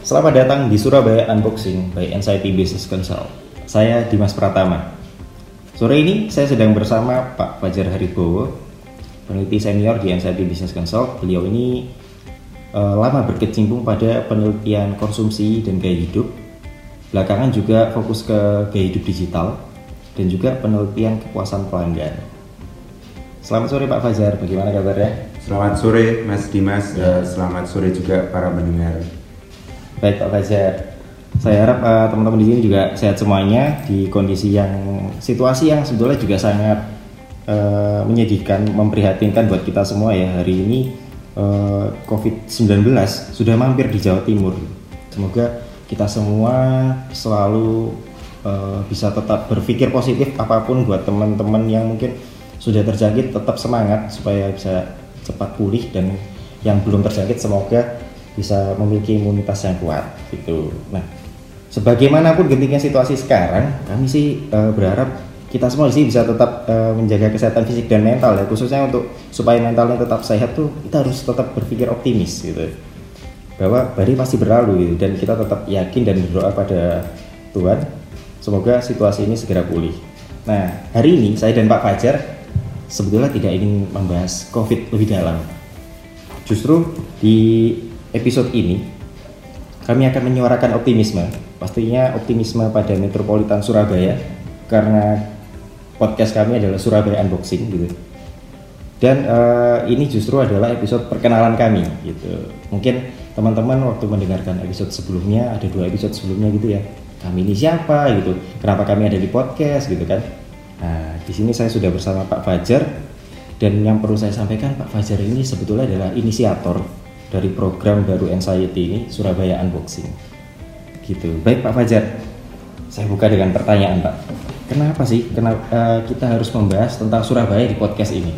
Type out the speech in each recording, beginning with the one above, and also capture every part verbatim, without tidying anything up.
Selamat datang di Surabaya Unboxing by N C I T Business Consult. Saya Dimas Pratama. Sore ini saya sedang bersama Pak Fajar Haribowo, peneliti senior di N C I T Business Consult. Beliau ini uh, lama berkecimpung pada penelitian konsumsi dan gaya hidup. Belakangan juga fokus ke gaya hidup digital dan juga penelitian kepuasan pelanggan. Selamat sore Pak Fajar, bagaimana kabarnya? Selamat sore Mas Dimas, ya. Selamat sore juga para pendengar. Baik Pak Fajar, saya harap uh, teman-teman di sini juga sehat semuanya di kondisi yang situasi yang sebetulnya juga sangat uh, menyedihkan, memprihatinkan buat kita semua ya. Hari ini uh, covid sembilan belas sudah mampir di Jawa Timur. Semoga kita semua selalu uh, bisa tetap berpikir positif apapun buat teman-teman yang mungkin sudah terjangkit, tetap semangat supaya bisa cepat pulih, dan yang belum terjangkit semoga bisa memiliki imunitas yang kuat gitu. Nah, sebagaimanapun gentingnya situasi sekarang, kami sih uh, berharap kita semua di sini bisa tetap uh, menjaga kesehatan fisik dan mental ya, khususnya untuk supaya mentalnya tetap sehat tuh kita harus tetap berpikir optimis gitu, bahwa badai pasti berlalu gitu, dan kita tetap yakin dan berdoa pada Tuhan semoga situasi ini segera pulih. Nah, hari ini saya dan Pak Fajar sebetulnya tidak ingin membahas COVID lebih dalam. Justru di episode ini kami akan menyuarakan optimisme, pastinya optimisme pada Metropolitan Surabaya, karena podcast kami adalah Surabaya Unboxing gitu. Dan uh, ini justru adalah episode perkenalan kami gitu. Mungkin teman-teman waktu mendengarkan episode sebelumnya, ada dua episode sebelumnya gitu ya, kami ini siapa gitu, kenapa kami ada di podcast gitu kan. Nah, di sini saya sudah bersama Pak Fajar, dan yang perlu saya sampaikan, Pak Fajar ini sebetulnya adalah inisiator dari program baru N C I T ini, Surabaya Unboxing. Gitu. Baik Pak Fajar, saya buka dengan pertanyaan Pak. Kenapa sih kenapa, uh, kita harus membahas tentang Surabaya di podcast ini?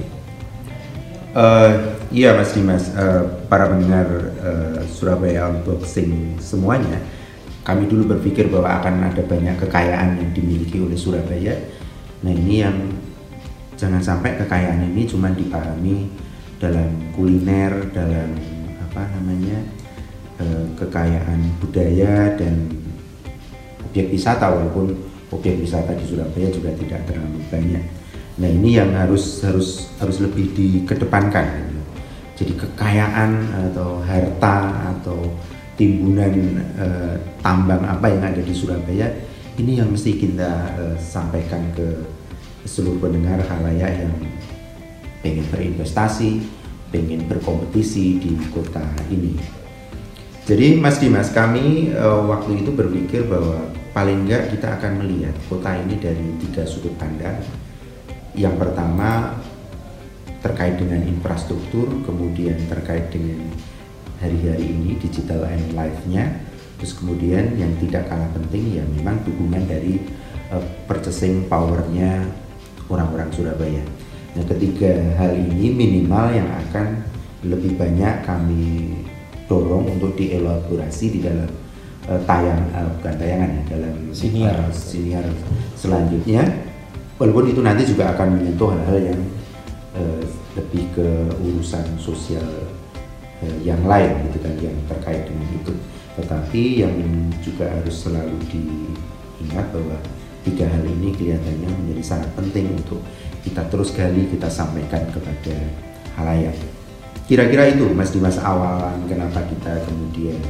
Uh, iya Mas Dimas, uh, para pendengar uh, Surabaya Unboxing semuanya, kami dulu berpikir bahwa akan ada banyak kekayaan yang dimiliki oleh Surabaya. Nah, ini yang jangan sampai kekayaan ini cuma dipahami dalam kuliner, dalam apa namanya eh, kekayaan budaya dan objek wisata, walaupun objek wisata di Surabaya juga tidak terlalu banyak. Nah, ini yang harus harus harus lebih dikedepankan gitu. Jadi kekayaan atau harta atau timbunan eh, tambang apa yang ada di Surabaya, ini yang mesti kita eh, sampaikan ke seluruh pendengar khalayak yang pengen berinvestasi, pengen berkompetisi di kota ini. Jadi Mas Dimas, kami uh, waktu itu berpikir bahwa paling enggak kita akan melihat kota ini dari tiga sudut pandang. Yang pertama terkait dengan infrastruktur, kemudian terkait dengan hari-hari ini digital and life-nya, terus kemudian yang tidak kalah penting ya memang dukungan dari uh, purchasing power-nya orang-orang Surabaya. Nah, ketiga hal ini minimal yang akan lebih banyak kami dorong untuk dielaborasi di dalam uh, tayang uh, bukan tayangan ya, dalam siniar uh, siniar selanjutnya. Walaupun itu nanti juga akan menyentuh hal-hal yang uh, lebih ke urusan sosial uh, yang lain gitu kan, yang terkait dengan itu. Tetapi yang juga harus selalu diingat bahwa tiga hal ini kelihatannya menjadi sangat penting untuk kita terus gali, kita sampaikan kepada khalayak. Kira-kira itu Mas Dimas awalan kenapa kita kemudian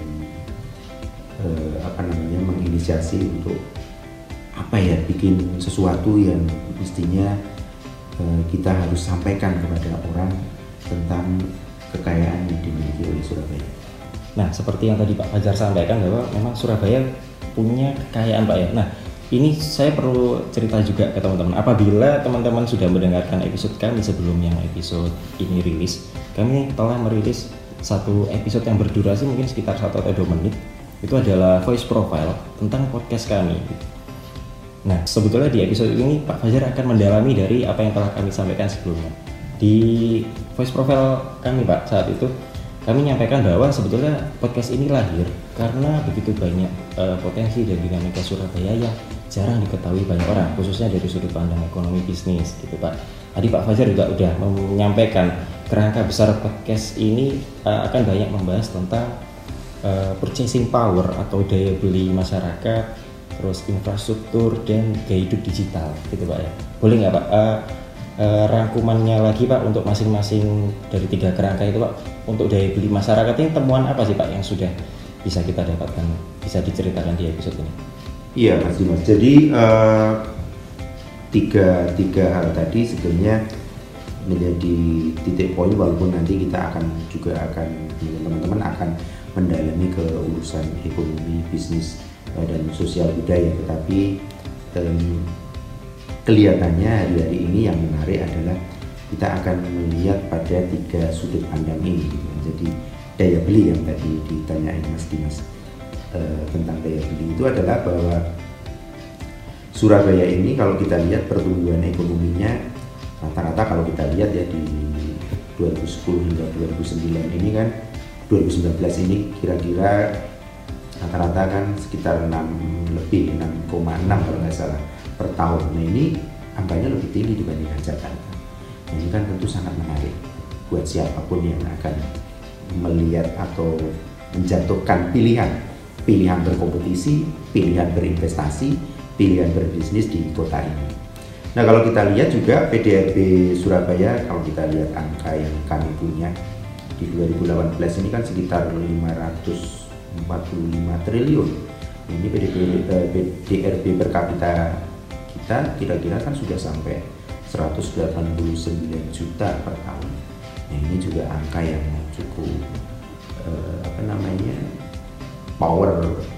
eh, apa namanya menginisiasi untuk apa ya, bikin sesuatu yang mestinya eh, kita harus sampaikan kepada orang tentang kekayaan yang dimiliki oleh Surabaya. Nah, seperti yang tadi Pak Fajar sampaikan bahwa memang Surabaya punya kekayaan Pak ya. Nah, ini saya perlu cerita juga ke teman-teman. Apabila teman-teman sudah mendengarkan episode kami sebelum yang episode ini rilis, kami telah merilis satu episode yang berdurasi mungkin sekitar satu atau dua menit. Itu adalah voice profile tentang podcast kami. Nah, sebetulnya di episode ini Pak Fajar akan mendalami dari apa yang telah kami sampaikan sebelumnya. Di voice profile kami Pak, saat itu kami menyampaikan bahwa sebetulnya podcast ini lahir karena begitu banyak uh, potensi dan dinamika Surabaya yang jarang diketahui banyak orang, khususnya dari sudut pandang ekonomi bisnis gitu Pak. Tadi Pak Fajar juga udah menyampaikan kerangka besar podcast ini uh, akan banyak membahas tentang uh, purchasing power atau daya beli masyarakat, terus infrastruktur dan gaya hidup digital, gitu Pak ya. Boleh nggak Pak uh, uh, rangkumannya lagi Pak untuk masing-masing dari tiga kerangka itu Pak, untuk daya beli masyarakat ini temuan apa sih Pak yang sudah bisa kita dapatkan, bisa diceritakan di episode ini? Iya Mas Dimas, jadi uh, tiga, tiga hal tadi sebenarnya menjadi titik poin, walaupun nanti kita akan juga akan teman-teman akan mendalami ke urusan ekonomi, bisnis dan sosial budaya, tetapi um, kelihatannya hari-hari ini yang menarik adalah kita akan melihat pada tiga sudut pandang ini. Jadi daya beli yang tadi ditanyain Mas Dimas uh, tentang daya beli itu adalah bahwa Surabaya ini kalau kita lihat pertumbuhan ekonominya rata-rata, kalau kita lihat ya di dua ribu sepuluh hingga dua ribu sembilan ini kan, dua ribu sembilan belas ini kira-kira rata-rata kan sekitar enam lebih enam koma enam kalau nggak salah per tahun. Nah ini angkanya lebih tinggi dibandingkan Jakarta. Nah, ini kan tentu sangat menarik buat siapapun yang akan melihat atau menjatuhkan pilihan, pilihan berkompetisi, pilihan berinvestasi, pilihan berbisnis di kota ini. Nah kalau kita lihat juga P D R B Surabaya, kalau kita lihat angka yang kami punya di dua ribu delapan belas ini kan sekitar lima ratus empat puluh lima triliun. Ini P D R B per kapita kita kira-kira kan sudah sampai seratus delapan puluh sembilan juta per tahun. Nah ini juga angka yang cukup eh, apa namanya power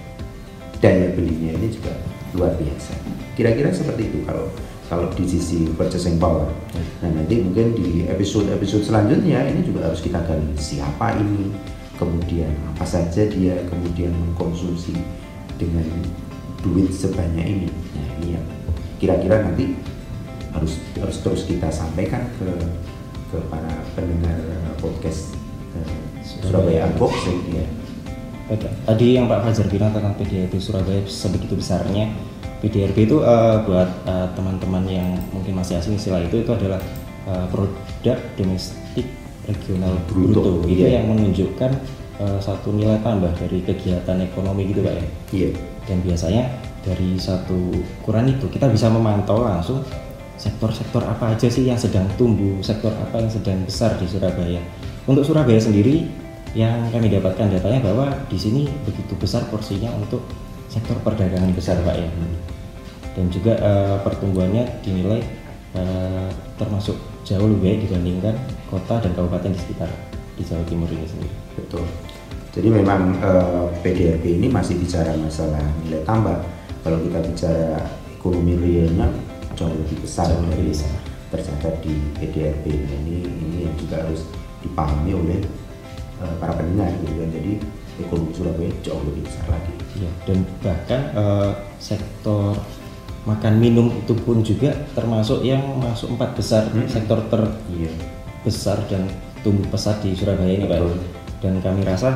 daya belinya ini juga luar biasa. Kira-kira seperti itu kalau kalau di sisi purchasing power. Nah nanti mungkin di episode-episode selanjutnya ini juga harus kita gali siapa ini, kemudian apa saja dia kemudian mengkonsumsi dengan duit sebanyak ini. Nah ini yang kira-kira nanti harus harus terus kita sampaikan ke ke para pendengar podcast uh, Surabaya Unboxing ya. Oke. Tadi yang Pak Fajar bilang tentang P D R B Surabaya sebegitu besarnya. P D R B itu uh, buat uh, teman-teman yang mungkin masih asing istilah itu itu adalah uh, produk domestik regional bruto, itu iya. Yang menunjukkan uh, satu nilai tambah dari kegiatan ekonomi gitu Pak ya. Iya. Dan biasanya dari satu ukuran itu kita bisa memantau langsung sektor-sektor apa aja sih yang sedang tumbuh, sektor apa yang sedang besar di Surabaya. Untuk Surabaya sendiri yang kami dapatkan datanya bahwa di sini begitu besar porsinya untuk sektor perdagangan besar Pak ya. Dan juga uh, pertumbuhannya dinilai uh, termasuk jauh lebih baik dibandingkan kota dan kabupaten di sekitar di Jawa Timur ini sendiri. Betul. Jadi memang uh, P D R B ini masih bicara masalah nilai tambah. Kalau kita bicara ekonomi realnya jauh lebih besar jauh dari besar. Tercatat di P D R B. Nah, ini ini yang juga harus dipahami oleh uh, para pendengar gitu kan. Jadi ekonomi Surabaya jauh lebih besar lagi. Ya, dan bahkan uh, sektor makan minum itu pun juga termasuk yang masuk empat besar hmm. sektor terbesar iya. dan tumbuh pesat di Surabaya ini Pak. Dan kami rasa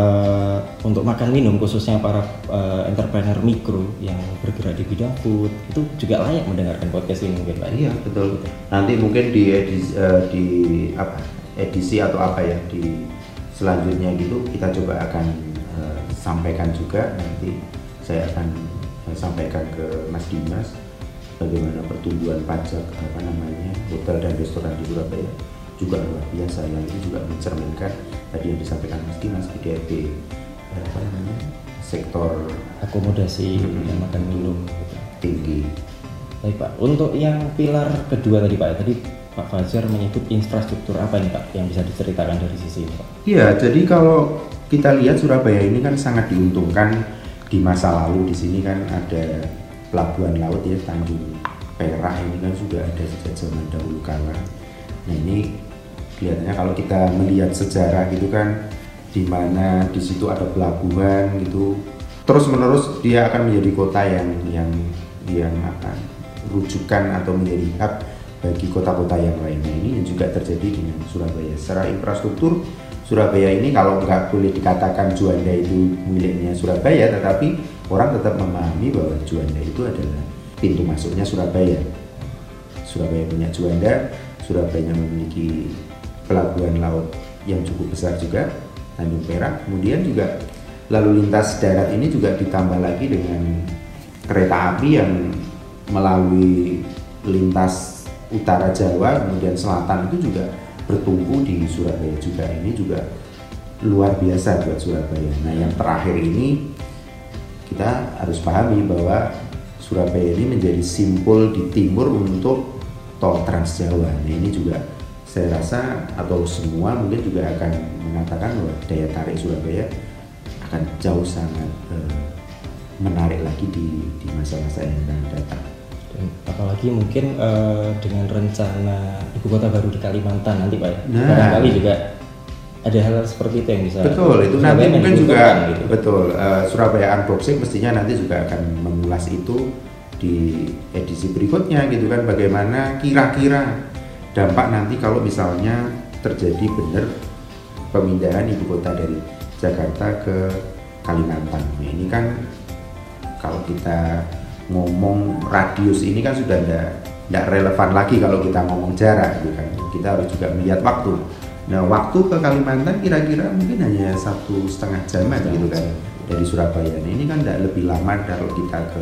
uh, untuk makan minum khususnya para uh, entrepreneur mikro yang bergerak di bidang food itu juga layak mendengarkan podcast ini mungkin Pak. Iya betul. Nanti mungkin di edisi, uh, di apa edisi atau apa ya di selanjutnya gitu kita coba akan uh, sampaikan juga, nanti saya akan sampaikan ke Mas Dimas bagaimana pertumbuhan pajak apa namanya hotel dan restoran di Surabaya juga luar biasa, yang itu juga mencerminkan tadi yang disampaikan Mas Dimas P D R B apa namanya sektor akomodasi hmm, dan makan minum tinggi. Baik Pak, untuk yang pilar kedua tadi Pak, tadi Pak Fajar menyebut infrastruktur apa nih Pak yang bisa diceritakan dari sisi ini Pak? Iya, jadi kalau kita lihat Surabaya ini kan sangat diuntungkan di masa lalu. Di sini kan ada pelabuhan laut ya, Tanjung Perak ini kan sudah ada sejak zaman dahulu kala. Nah ini kelihatannya kalau kita melihat sejarah gitu kan, di mana di situ ada pelabuhan gitu, terus menerus dia akan menjadi kota yang yang yang akan rujukan atau menjadi hub bagi kota-kota yang lainnya. Ini yang juga terjadi dengan Surabaya. Secara infrastruktur Surabaya ini kalau nggak boleh dikatakan Juanda itu miliknya Surabaya, tetapi orang tetap memahami bahwa Juanda itu adalah pintu masuknya Surabaya. Surabaya punya Juanda, Surabaya memiliki pelabuhan laut yang cukup besar juga, Tanjung Perak. Kemudian juga lalu lintas darat ini juga ditambah lagi dengan kereta api yang melalui lintas utara Jawa kemudian selatan itu juga bertumpu di Surabaya juga. Ini juga luar biasa buat Surabaya. Nah yang terakhir ini kita harus pahami bahwa Surabaya ini menjadi simpul di timur untuk tol Trans Jawa. Nah ini juga saya rasa atau semua mungkin juga akan mengatakan bahwa daya tarik Surabaya akan jauh sangat eh, menarik lagi di, di masa-masa yang akan datang. Dan apalagi mungkin uh, dengan rencana ibu kota baru di Kalimantan nanti Pak ya, nah, barangkali juga ada hal seperti itu yang bisa. Betul, itu nanti mungkin juga gitu. Betul. Uh, Surabaya Unboxing mestinya nanti juga akan mengulas itu di edisi berikutnya gitu kan, bagaimana kira-kira dampak nanti kalau misalnya terjadi benar pemindahan ibu kota dari Jakarta ke Kalimantan. Nah, ini kan kalau kita ngomong radius ini kan sudah tidak relevan lagi kalau kita ngomong jarak gitu kan. Kita harus juga melihat waktu. Nah waktu ke Kalimantan kira-kira mungkin hanya satu setengah jaman gitu kan dari Surabaya. Nah, ini kan tidak lebih lama kalau kita ke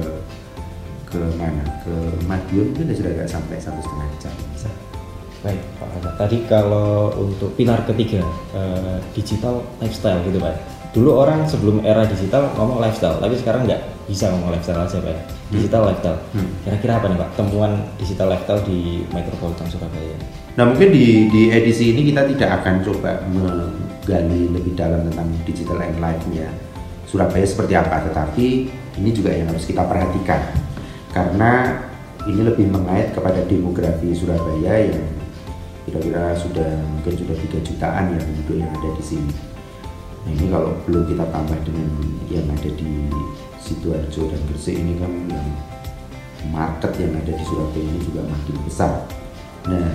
ke mana ke Madiun itu sudah agak sampai satu setengah jam. Bisa. Baik Pak Aga. Tadi kalau untuk pilar ketiga eh, digital lifestyle gitu Pak. Dulu orang sebelum era digital ngomong lifestyle, tapi sekarang nggak bisa ngomong lifestyle aja Pak. Digital hmm. lifestyle. Hmm. Kira-kira apa nih Pak temuan digital lifestyle di Metropolitan Surabaya? Nah mungkin di, di edisi ini kita tidak akan coba menggali lebih dalam tentang digital and life-nya Surabaya seperti apa, tetapi ini juga yang harus kita perhatikan karena ini lebih mengait kepada demografi Surabaya yang kira-kira sudah mungkin sudah tiga jutaan yang penduduk yang ada di sini. Nah ini kalau belum kita tambah dengan yang ada di Sidoarjo dan Gresik ini kan yang market yang ada di Surabaya ini juga makin besar. Nah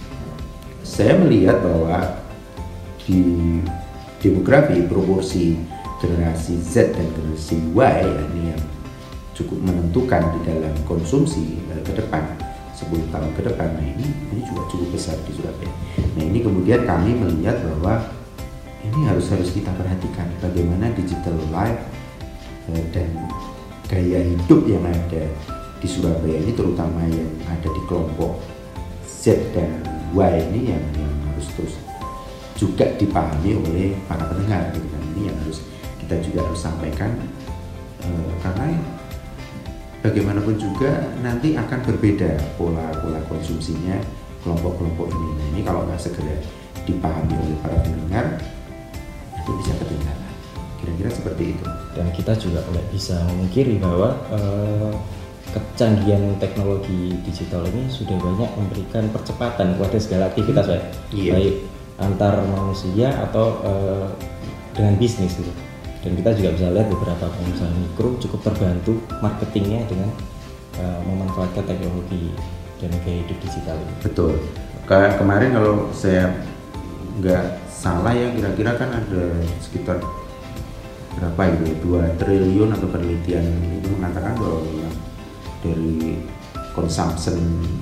saya melihat bahwa di demografi proporsi generasi Z dan generasi Y ini yang cukup menentukan di dalam konsumsi ke depan sepuluh tahun ke depan. Nah ini ini juga cukup besar di Surabaya. Nah ini kemudian kami melihat bahwa ini harus harus kita perhatikan bagaimana digital life eh, dan gaya hidup yang ada di Surabaya ini, terutama yang ada di kelompok Z dan Y ini yang, yang harus terus juga dipahami oleh para pendengar gitu kan. Ini yang harus kita juga harus sampaikan eh, karena bagaimanapun juga nanti akan berbeda pola-pola konsumsinya kelompok-kelompok ini. Nah ini kalau nggak segera dipahami oleh para pendengar itu bisa ketinggalan. Kira-kira seperti itu. Dan kita juga nggak bisa memungkiri bahwa eh, kecanggihan teknologi digital ini sudah banyak memberikan percepatan kepada segala aktivitas ya, iya. baik antar manusia atau eh, dengan bisnis gitu. Dan kita juga bisa lihat beberapa pengusaha mikro cukup terbantu marketingnya dengan uh, memanfaatkan teknologi dan gaya hidup digital ini. Betul. Kayak kemarin kalau saya nggak salah ya, kira-kira kan ada sekitar berapa itu dua triliun atau penelitian itu mengatakan bahwa dari consumption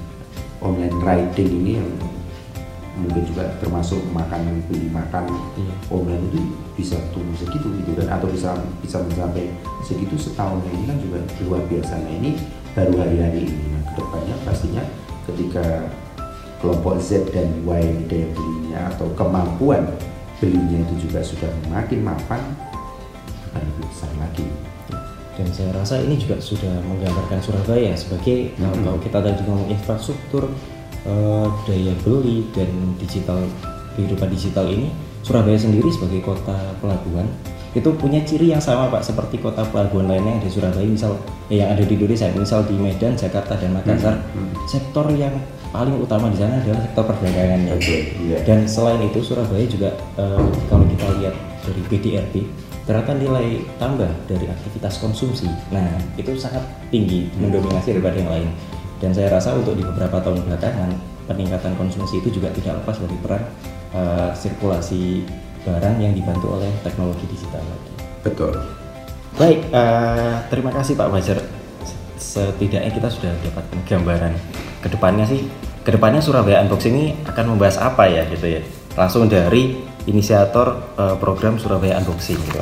online riding ini yang mungkin juga termasuk makan beli makan iya. online itu bisa tumbuh segitu gitu kan, atau bisa bisa mencapai segitu setahun. Ini kan juga luar biasa. Nah ini baru hari-hari ini. Nah kedepannya pastinya ketika kelompok Z dan Y daya belinya atau kemampuan belinya itu juga sudah makin mapan, akan lebih besar lagi. Dan saya rasa ini juga sudah menggambarkan Surabaya sebagai mm-hmm. kalau kita tadi ngomong infrastruktur, Uh, daya beli dan digital, kehidupan digital ini, Surabaya sendiri sebagai kota pelabuhan itu punya ciri yang sama Pak seperti kota pelabuhan lainnya yang di Surabaya, misal eh, yang ada di Indonesia, misal di Medan, Jakarta dan Makassar. hmm. Hmm. Sektor yang paling utama di sana adalah sektor perdagangannya. Okay, yeah. Dan selain itu Surabaya juga uh, kalau kita lihat dari B D R B ternyata nilai tambah dari aktivitas konsumsi, nah itu sangat tinggi, mendominasi daripada yang lain. Dan saya rasa untuk di beberapa tahun belakangan peningkatan konsumsi itu juga tidak lepas dari peran uh, sirkulasi barang yang dibantu oleh teknologi digital lagi. Betul. Baik, uh, terima kasih Pak Fajar. Setidaknya kita sudah dapatkan gambaran. Kedepannya sih, kedepannya Surabaya Unboxing ini akan membahas apa ya gitu ya? Langsung dari inisiator uh, program Surabaya Unboxing gitu.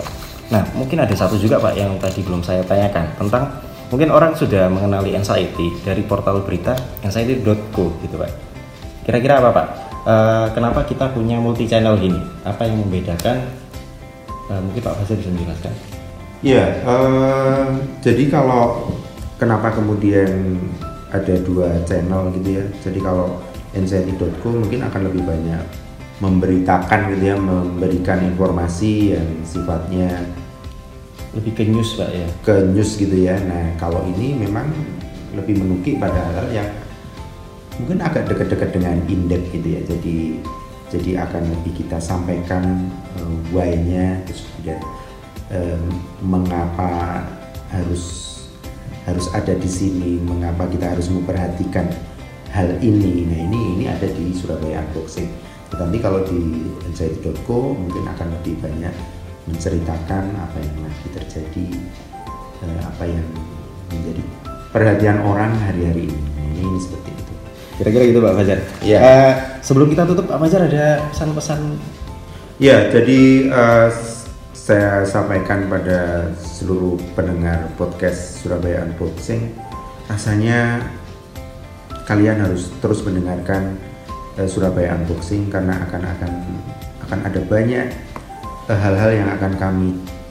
Nah, mungkin ada satu juga Pak yang tadi belum saya tanyakan tentang mungkin orang sudah mengenali Anxiety dari portal berita anxiety dot co gitu Pak. Kira-kira apa Pak? Uh, kenapa kita punya multi channel gini? Apa yang membedakan? Uh, mungkin Pak Fajar bisa menjelaskan. Ya, uh, jadi kalau kenapa kemudian ada dua channel gitu ya? Jadi kalau anxiety dot co mungkin akan lebih banyak memberitakan gitu ya, memberikan informasi yang sifatnya lebih ke news Pak ya, ke news gitu ya. Nah kalau ini memang lebih menukik pada hal yang mungkin agak dekat-dekat dengan in-depth gitu ya, jadi jadi akan lebih kita sampaikan uh, why-nya, terus kemudian um, mengapa harus harus ada di sini, mengapa kita harus memperhatikan hal ini. Nah ini ini ada di Surabaya Unboxing. Nanti kalau di anxiety dot co mungkin akan lebih banyak menceritakan apa yang lagi terjadi, eh, apa yang menjadi perhatian orang hari-hari ini. Nah, ini, ini seperti itu. Kira-kira gitu Pak Fajar. Ya. Uh, sebelum kita tutup, Pak Fajar ada pesan-pesan? Ya, jadi uh, saya sampaikan pada seluruh pendengar podcast Surabaya Unboxing, rasanya kalian harus terus mendengarkan uh, Surabaya Unboxing karena akan akan akan ada banyak hal-hal yang akan kami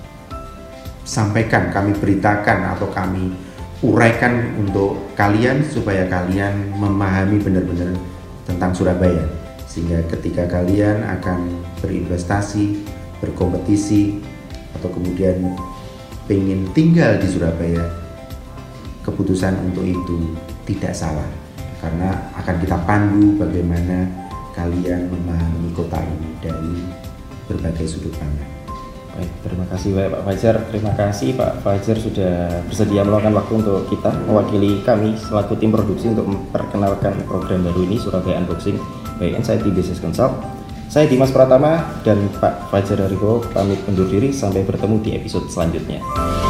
sampaikan, kami beritakan atau kami uraikan untuk kalian supaya kalian memahami benar-benar tentang Surabaya, sehingga ketika kalian akan berinvestasi, berkompetisi atau kemudian pengen tinggal di Surabaya, keputusan untuk itu tidak salah karena akan kita pandu bagaimana kalian memahami kota ini dari berbagai sudut pandang. Baik, terima kasih banyak Pak Fajar. Terima kasih Pak Fajar sudah bersedia meluangkan waktu untuk kita mewakili kami selaku tim produksi untuk memperkenalkan program baru ini Surabaya Unboxing by Anxiety Business Consult. Saya Dimas Pratama dan Pak Fajar Haribo pamit undur diri, sampai bertemu di episode selanjutnya.